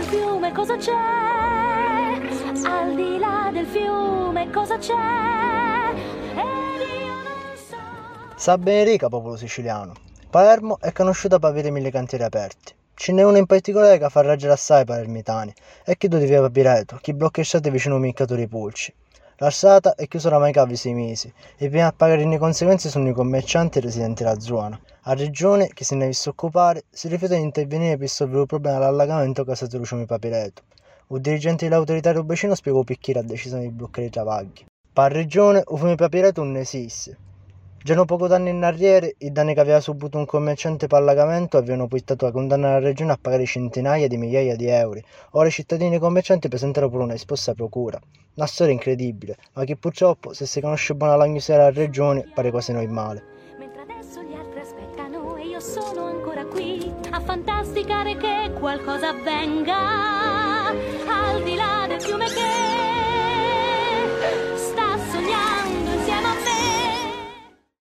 fiume cosa c'è? Al di là del fiume cosa c'è? Ed io non so. Sa Benerica, popolo siciliano. Palermo è conosciuta per avere 1000 cantieri aperti. Ce n'è uno in particolare che fa raggere assai i palermitani, è chi di via Papireto, chi blocca strade vicino ai Miccatori Pulci. La strada è chiusa oramai cavi 6 mesi e i primi a pagare le conseguenze sono i commercianti e i residenti della zona. A Regione, che se ne è visto occupare, si rifiuta di intervenire per risolvere il problema dell'allagamento causato da Luciano Papireto. Un dirigente dell'autorità rubecino spiegò perché ha deciso di bloccare i travagli. Per la Regione, il fiume Papireto non esiste. Già da poco anni in arriere, i danni che aveva subito un commerciante per allagamento avevano portato la condanna alla regione a pagare centinaia di migliaia di euro. Ora i cittadini e i commercianti presentano pure una risposta a procura. Una storia incredibile, ma che purtroppo, se si conosce buona la l'agnosi della regione, pare quasi normale. Mentre adesso gli altri aspettano e io sono ancora qui a fantasticare che qualcosa avvenga.